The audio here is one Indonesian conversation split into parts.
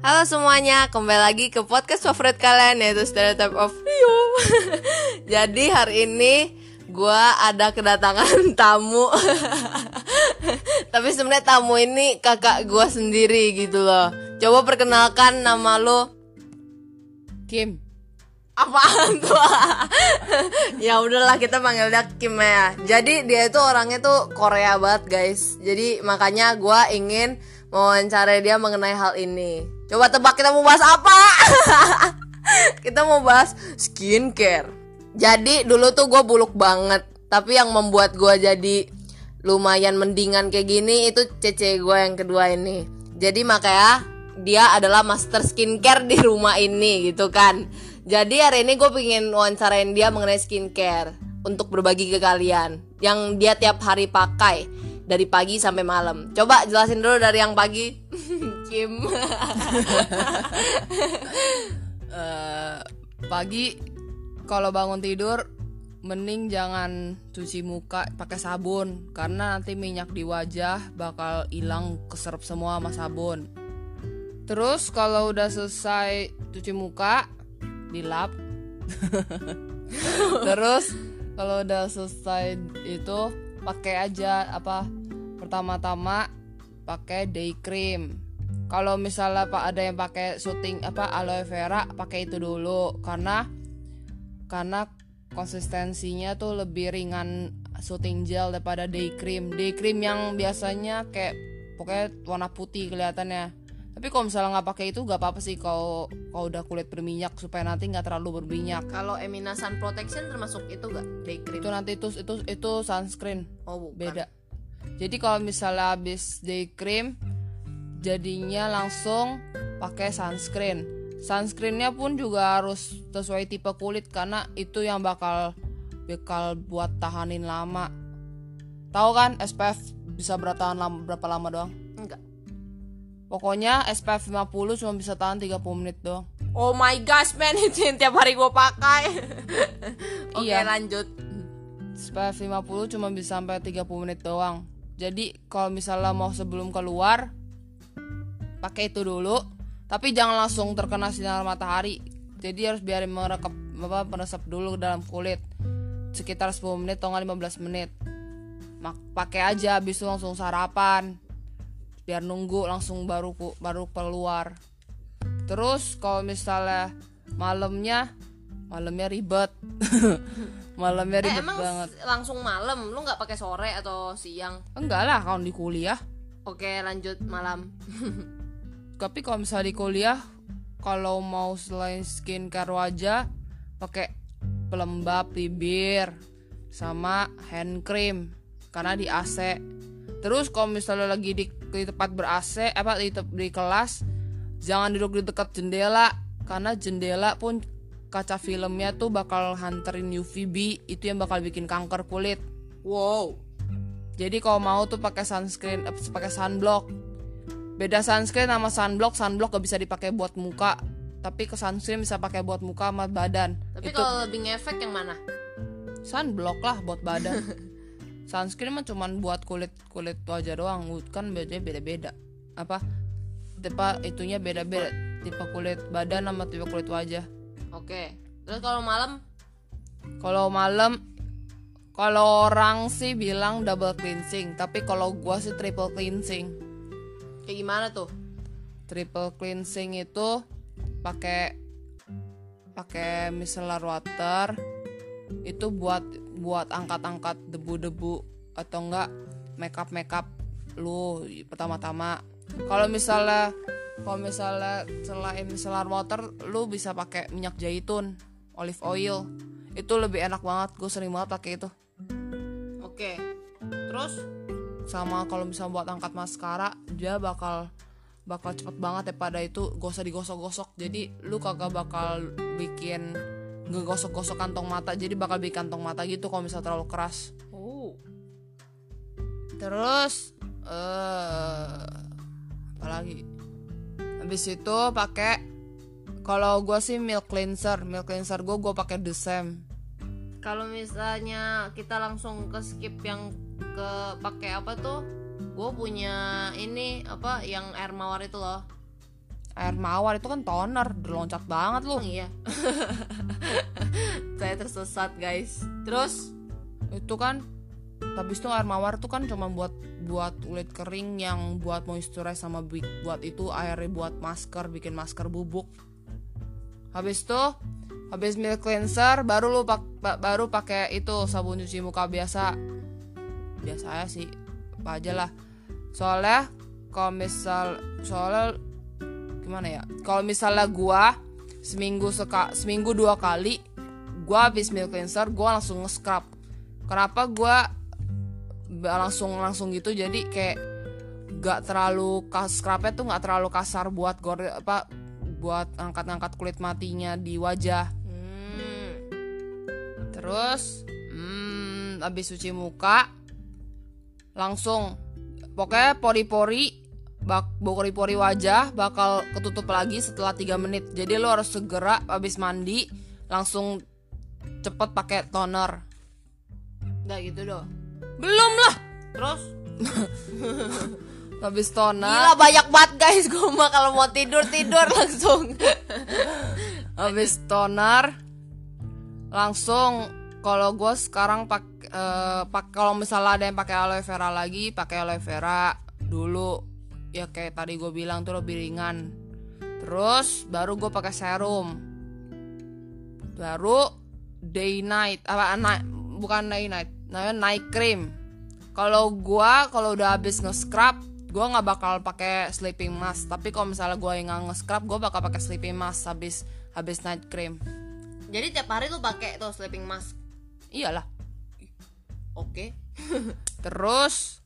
Halo semuanya, kembali lagi ke podcast favorit kalian, yaitu Stereotype of Rio. Jadi hari ini gue ada kedatangan tamu. Tapi sebenarnya tamu ini kakak gue sendiri gitu loh. Coba perkenalkan nama lo. Kim. Apaan tuh? Ya udahlah, kita panggil dia Kim ya. Jadi dia itu orangnya tuh Korea banget guys. Jadi makanya gue ingin mewawancarai dia mengenai hal ini. Coba tebak kita mau bahas apa? Kita mau bahas skincare. Jadi dulu tuh gue buluk banget, tapi yang membuat gue jadi lumayan mendingan kayak gini itu cece gue yang kedua ini. Jadi makanya dia adalah master skincare di rumah ini gitu kan. Jadi hari ini gue pengen wawancarain dia mengenai skincare untuk berbagi ke kalian yang dia tiap hari pakai dari pagi sampai malam. Coba jelasin dulu dari yang pagi. Kim. Pagi kalau bangun tidur mending jangan cuci muka pakai sabun, karena nanti minyak di wajah bakal hilang, keserap semua sama sabun. Terus kalau udah selesai cuci muka dilap. Terus kalau udah selesai itu pakai aja pertama-tama pakai day cream. Kalau misalnya ada yang pakai shooting aloe vera, pakai itu dulu karena konsistensinya tuh lebih ringan shooting gel daripada day cream. Day cream yang biasanya kayak pokoknya warna putih kelihatannya. Tapi kalau misalnya nggak pakai itu nggak apa-apa sih kalau udah kulit berminyak, supaya nanti nggak terlalu berminyak. Kalau Emina Sun Protection termasuk itu nggak day cream? Itu nanti itu sunscreen. Oh bukan. Beda. Jadi kalau misalnya habis day cream, jadinya langsung pakai sunscreen. Sunscreennya pun juga harus sesuai tipe kulit, karena itu yang bakal buat tahanin lama. Tahu kan SPF bisa berapa lama doang? Enggak. Pokoknya SPF 50 cuma bisa tahan 30 menit doang. Oh my gosh man, itu yang tiap hari gue pakai. Oke, Iya. lanjut. SPF 50 cuma bisa sampai 30 menit doang. Jadi kalau misalnya mau sebelum keluar, pakai itu dulu. Tapi jangan langsung terkena sinar matahari. Jadi harus biarin meresap dulu ke dalam kulit sekitar 10 menit atau 15 menit. Pakai aja, habis itu langsung sarapan. Biar nunggu langsung baru keluar. Terus kalau misalnya malamnya ribet. Malamnya ribet emang banget. Langsung malam, lu nggak pakai sore atau siang? Enggak lah, kalau di kuliah. Oke, lanjut malam. Tapi kalau misalnya di kuliah, kalau mau selain skincare wajah, pakai pelembab bibir sama hand cream karena di AC. Terus kalau misalnya lagi di tempat ber-AC, di kelas, jangan duduk di dekat jendela, karena jendela pun kaca filmnya tuh bakal hanterin UVB, itu yang bakal bikin kanker kulit. Wow. Jadi kalau mau tuh pakai sunscreen, pakai sunblock. Beda sunscreen sama sunblock gak bisa dipakai buat muka, tapi ke sunscreen bisa pakai buat muka sama badan. Tapi itu kalau lebih ngefek yang mana? sunblock lah buat badan. Sunscreen mah cuman buat kulit wajah doang, kan beda-beda. Itunya beda-beda, tipe kulit badan sama tipe kulit wajah. Oke. Terus kalau malam? Kalau orang sih bilang double cleansing, tapi kalau gua sih triple cleansing. Kayak gimana tuh? Triple cleansing itu pakai micellar water. Itu buat angkat-angkat debu-debu atau enggak makeup lu pertama-tama. Kalau misalnya selain micellar water, lu bisa pakai minyak zaitun, olive oil. Itu lebih enak banget, gue sering banget pakai itu. Oke. Terus Sama kalau misalnya buat angkat maskara, dia bakal cepet banget daripada itu gak usah digosok-gosok. Jadi lu kagak bakal bikin ngegosok-gosok kantong mata, jadi bakal bikin kantong mata gitu kalau misalnya terlalu keras. Terus apalagi? Habis itu pakai, kalau gue sih milk cleanser gue pakai The Same. kalau misalnya kita langsung ke skip yang ke pakai apa tuh? Gue punya ini yang air mawar itu loh. Air mawar itu kan toner, udah loncat banget lu. Iya. Saya tersesat guys. Terus Itu kan habis itu air mawar itu kan cuma buat kulit kering, yang buat moisturize sama buat itu airnya buat masker, bikin masker bubuk. Habis milk cleanser baru lu baru pakai itu sabun cuci muka biasa ya sih, apa aja lah. Soalnya gimana ya, kalau misalnya gua seminggu 2 kali gua habis milk cleanser gua langsung nge-scrub. Kenapa gua langsung gitu, jadi kayak gak terlalu scrubnya tuh gak terlalu kasar buat buat angkat-angkat kulit matinya di wajah. Terus habis cuci muka langsung pokoknya pori-pori wajah bakal ketutup lagi setelah 3 menit. Jadi lo harus segera habis mandi langsung cepet pakai toner. udah gitu doh. Belum lah. Terus Habis toner. gila banyak banget guys. Gue mah kalau mau tidur langsung. Habis toner langsung, kalau gue sekarang kalau misalnya ada yang pakai aloe vera lagi, pakai aloe vera dulu ya, kayak tadi gue bilang tuh lebih ringan. Terus baru gue pakai serum, baru bukan day night, namanya night cream. Kalau udah habis nge-scrub, gue nggak bakal pakai sleeping mask. Tapi kalau misalnya gue yang nggak nge-scrub, gue bakal pakai sleeping mask habis night cream. Jadi tiap hari lu pakai tuh sleeping mask. Iyalah. Oke. Terus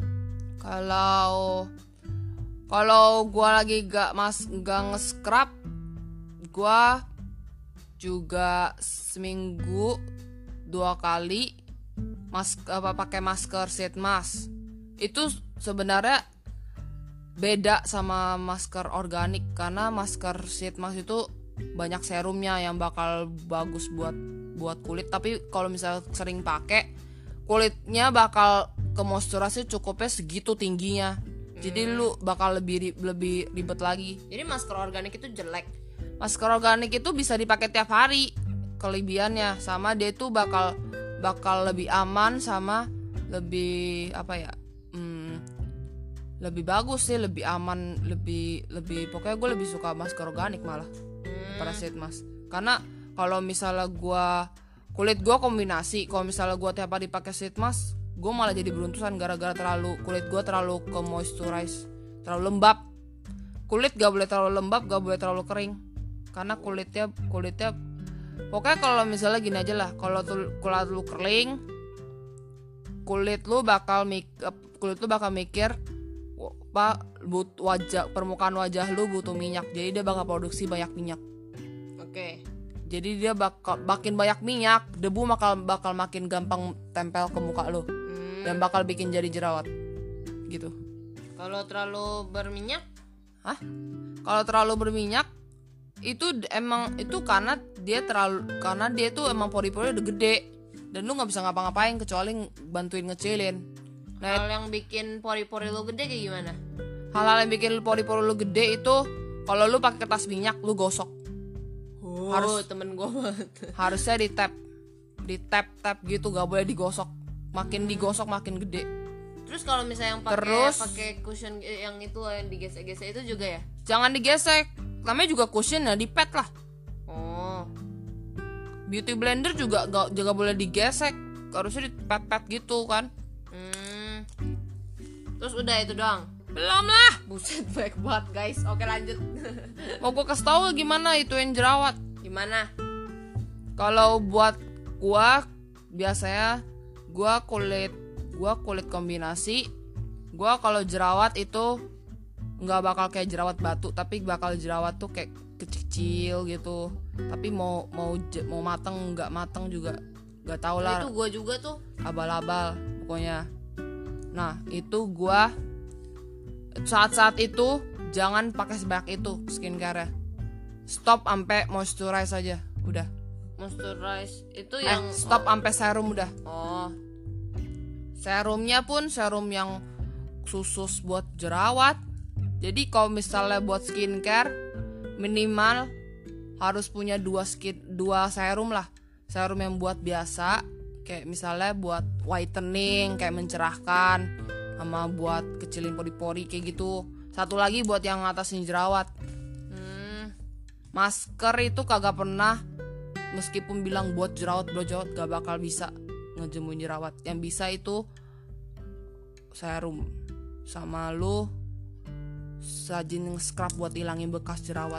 kalau gue lagi gak nge-scrub, gue juga seminggu 2 kali pakai masker sheet mask. Itu sebenarnya beda sama masker organik, karena masker sheet mask itu banyak serumnya yang bakal bagus buat kulit. Tapi kalau misalnya sering pakai, kulitnya bakal ke moisturize cukupnya segitu tingginya. Jadi lu bakal lebih ribet lagi. Jadi masker organik itu jelek. Masker organik itu bisa dipakai tiap hari. Kelebihannya sama dia itu bakal lebih aman, sama lebih lebih bagus sih, lebih aman, lebih pokoknya gue lebih suka masker organik malah daripada sheet mask. Karena kalau misalnya kulit gue kombinasi, kalau misalnya gue tiap hari pakai sheet mask, gue malah jadi beruntusan gara-gara kulit gue terlalu ke moisturize, terlalu lembab. Kulit gak boleh terlalu lembab, gak boleh terlalu kering, karena kulitnya pokoknya kalau misalnya gini aja lah, kalau kulit lu kering, kulit lu bakal mikir permukaan wajah lu butuh minyak, jadi dia bakal produksi banyak minyak. Oke. Jadi dia bakal makin banyak minyak, debu bakal makin gampang tempel ke muka lu, dan bakal bikin jadi jerawat gitu. Kalau terlalu berminyak? Kalau terlalu berminyak itu karena dia tuh emang pori-pori udah gede dan lu nggak bisa ngapa-ngapain kecuali bantuin ngecilin. Hal yang bikin pori-pori lu gede kayak gimana? Hal-hal yang bikin pori-pori lu gede itu kalau lu pakai kertas minyak lu gosok. Temen gue banget. Harusnya di tap gitu, gak boleh digosok. Makin digosok makin gede. Terus kalau misalnya yang pakai cushion yang itu yang digesek-gesek itu juga ya? Jangan digesek. Namanya juga cushion ya, dipet lah. Oh. Beauty blender juga gak boleh digesek. Harusnya dipet-pet gitu kan. Terus udah itu doang? Belum lah. Buset, baik banget guys. Oke lanjut. Mau gue kasih tau gimana itu yang jerawat. Gimana? Kalau buat gua biasanya gua kulit kombinasi. Gua kalau jerawat itu nggak bakal kayak jerawat batu, tapi bakal jerawat tuh kayak kecil gitu. Tapi mau mateng nggak mateng juga nggak tahu lah. Itu gua juga tuh Abal-abal pokoknya. Nah itu gua saat itu jangan pakai sebanyak itu skincare-nya. Stop sampai moisturize aja, udah. Moisturize itu yang stop sampai serum udah. Oh. Serumnya pun serum yang khusus buat jerawat. Jadi kalau misalnya buat skincare, minimal harus punya dua serum lah. Serum yang buat biasa, kayak misalnya buat whitening, kayak mencerahkan, sama buat kecilin pori-pori kayak gitu. Satu lagi buat yang ngatasin jerawat. Masker itu kagak pernah, meskipun bilang buat jerawat gak bakal bisa ngejemuin jerawat. Yang bisa itu serum, sama lu sajin scrub buat hilangin bekas jerawat.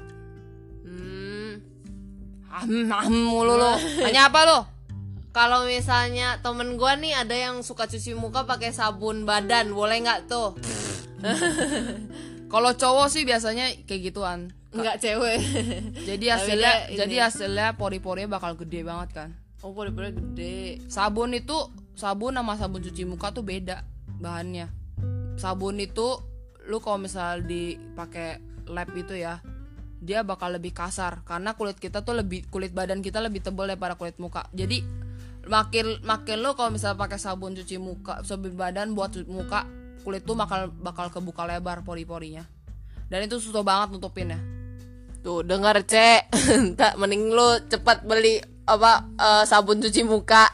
Mulu lo. Tanya apa lo? Kalau misalnya temen gue nih ada yang suka cuci muka pakai sabun badan, boleh nggak tuh? Kalau cowok sih biasanya kayak gituan. Nggak, cewek. Jadi hasilnya pori-porinya bakal gede banget kan. Oh, pori-pori gede. Sabun sama sabun cuci muka tuh beda bahannya. Sabun itu lu kalau misal dipakai lab itu ya, dia bakal lebih kasar karena kulit badan kita lebih tebal daripada kulit muka. Jadi makin lu kalau misal pakai sabun cuci muka, sabun badan buat cuci muka, kulit tuh bakal kebuka lebar pori-porinya. Dan itu susah banget nutupinnya. Tuh, dengar Cek. Tak, mending lu cepat beli sabun cuci muka.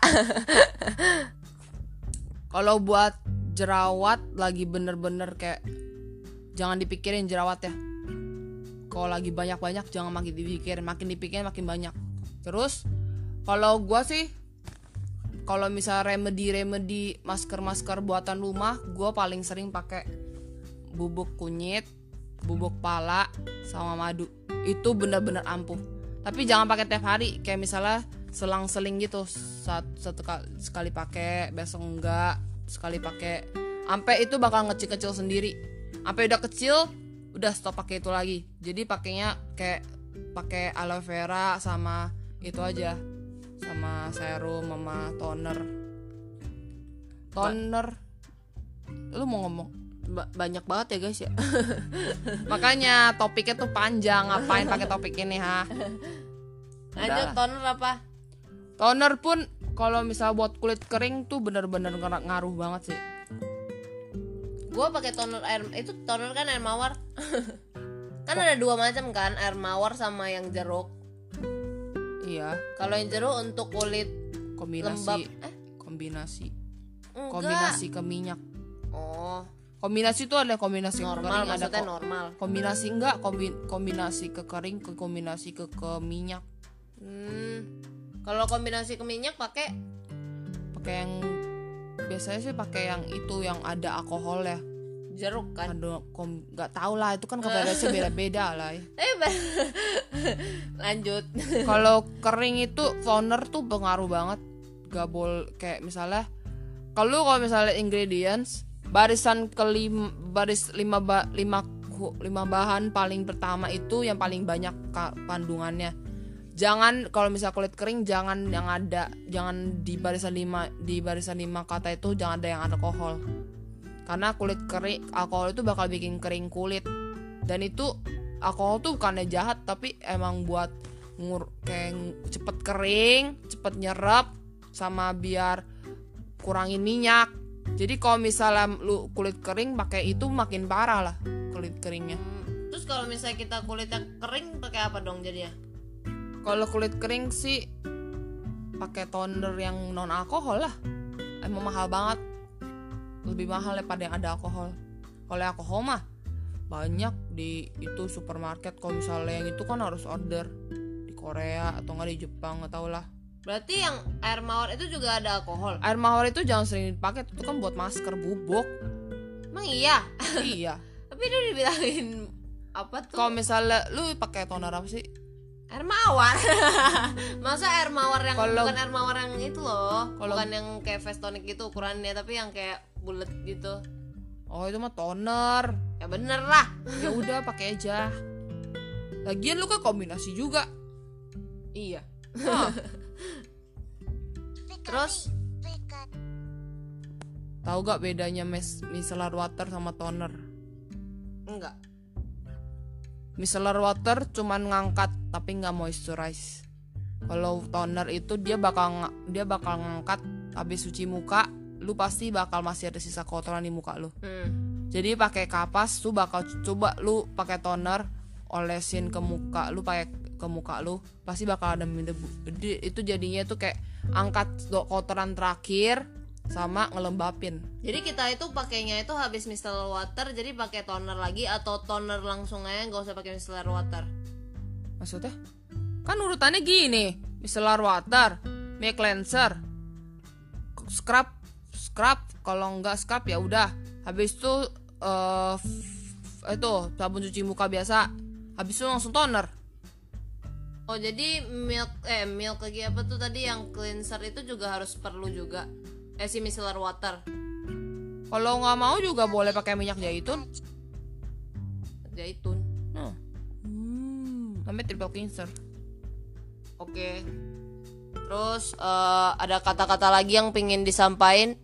Kalau buat jerawat lagi bener-bener kayak jangan dipikirin jerawat ya. Kalau lagi banyak-banyak jangan makin dipikirin makin banyak. Terus kalau gua sih, kalau misal remedi masker buatan rumah, gua paling sering pakai bubuk kunyit, bubuk pala, sama madu. Itu bener-bener ampuh. Tapi jangan pakai tiap hari, kayak misalnya selang-seling gitu. Sekali pakai, besok enggak, sekali pakai. Sampai itu bakal ngecil-kecil sendiri. Sampai udah kecil, udah stop pakai itu lagi. Jadi pakainya kayak pakai aloe vera sama itu aja, sama serum sama toner. Lu mau ngomong? Banyak banget ya guys ya. Makanya topiknya tuh panjang, ngapain pakai topik ini ha? Lanjut, toner apa? Toner pun kalau misal buat kulit kering tuh bener-bener ngaruh banget sih. Gue pakai toner air, itu toner kan air mawar. Kan ada dua macam kan, air mawar sama yang jeruk. Iya. Kalau yang jeruk untuk kulit lembab. Kombinasi ke minyak. Oh. Kombinasi itu ada kombinasi normal, kering, maksudnya normal. Kombinasi enggak, kombinasi ke kering ke kombinasi ke minyak. Kalau kombinasi ke minyak pakai yang biasanya sih pakai yang itu yang ada alkohol ya. Jeruk kan? Nggak tahu lah, itu kan kebedaannya beda-beda lah. Lanjut. Kalau kering itu toner tuh pengaruh banget. Gak boleh kayak misalnya kalau misalnya ingredients barisan lima bahan paling pertama itu yang paling banyak kandungannya. Jangan kalau misal kulit kering jangan di barisan 5 kata itu jangan ada yang alkohol. Karena kulit kering, alkohol itu bakal bikin kering kulit. Dan itu alkohol tuh bukannya jahat, tapi emang buat kayak cepet kering, cepet nyerap, sama biar kurangin minyak. Jadi kalau misalnya lu kulit kering pakai itu makin parah lah kulit keringnya. Terus kalau misalnya kita kulitnya kering pakai apa dong jadinya? Kalau kulit kering sih pakai toner yang non alkohol lah. Emang mahal banget. Lebih mahal daripada yang ada alkohol. Kalau alkohol mah banyak di itu supermarket. Kalau misalnya yang itu kan harus order di Korea atau enggak di Jepang, enggak tahu lah. Berarti yang air mawar itu juga ada alkohol? Air mawar itu jangan sering dipakai, itu kan buat masker bubuk. Emang iya? Iya. Tapi udah dibilangin apa tuh? Kalau misalnya lu pakai toner apa sih? Air mawar. Masa air mawar yang bukan air mawar yang itu loh. Bukan yang kayak face tonic gitu ukurannya, tapi yang kayak bulat gitu. Oh, itu mah toner. Ya bener lah. Ya udah pakai aja. Lagian lu kan kombinasi juga. Iya. Terus tahu gak bedanya micellar water sama toner? Enggak. Micellar water cuman ngangkat tapi nggak moisturize. Kalau toner itu dia bakal ngangkat habis cuci muka, lu pasti bakal masih ada sisa kotoran di muka lu. Jadi pakai kapas tuh bakal coba lu pakai toner, olesin ke muka lu, pakai ke muka lu, pasti bakal ada debu. Jadi itu jadinya tuh kayak angkat kotoran terakhir sama ngelembapin. Jadi kita itu pakainya itu habis micellar water, jadi pakai toner lagi atau toner langsung aja nggak usah pakai micellar water? Maksudnya? Kan urutannya gini, micellar water, make cleanser, scrub, kalau nggak scrub ya udah. Habis itu itu sabun cuci muka biasa. Habis itu langsung toner. Oh jadi milk lagi apa tuh tadi yang cleanser itu juga harus perlu juga. Si micellar water. Kalau nggak mau juga boleh pakai minyak zaitun. Namanya triple cleanser. Oke. Terus ada kata-kata lagi yang pingin disampaikan?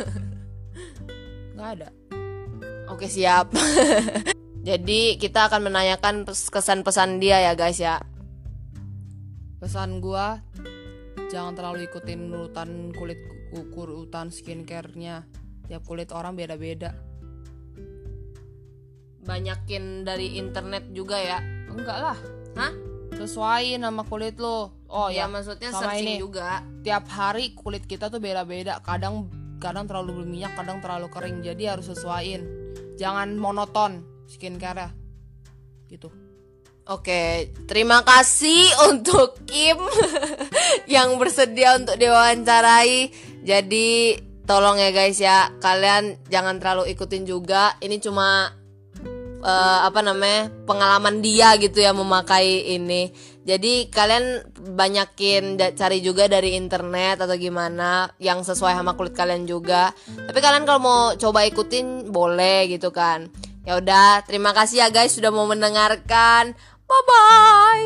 Nggak ada. Oke, siap. Jadi kita akan menanyakan kesan-pesan dia ya guys ya. Pesan gua, jangan terlalu ikutin urutan skincare-nya. Tiap kulit orang beda-beda. Banyakin dari internet juga ya. Enggak lah. Hah? Sesuaiin sama kulit lo. Oh Ya ya, maksudnya sama searching ini. juga. Tiap hari kulit kita tuh beda-beda. Kadang terlalu berminyak, kadang terlalu kering. Jadi harus sesuaiin. Jangan monoton skincare-nya. Gitu. Oke, terima kasih untuk Kim yang bersedia untuk diwawancarai. Jadi tolong ya guys ya, kalian jangan terlalu ikutin juga. Ini cuma pengalaman dia gitu ya memakai ini. Jadi kalian banyakin cari juga dari internet atau gimana yang sesuai sama kulit kalian juga. Tapi kalian kalau mau coba ikutin boleh gitu kan. Ya udah, terima kasih ya guys sudah mau mendengarkan. Bye bye.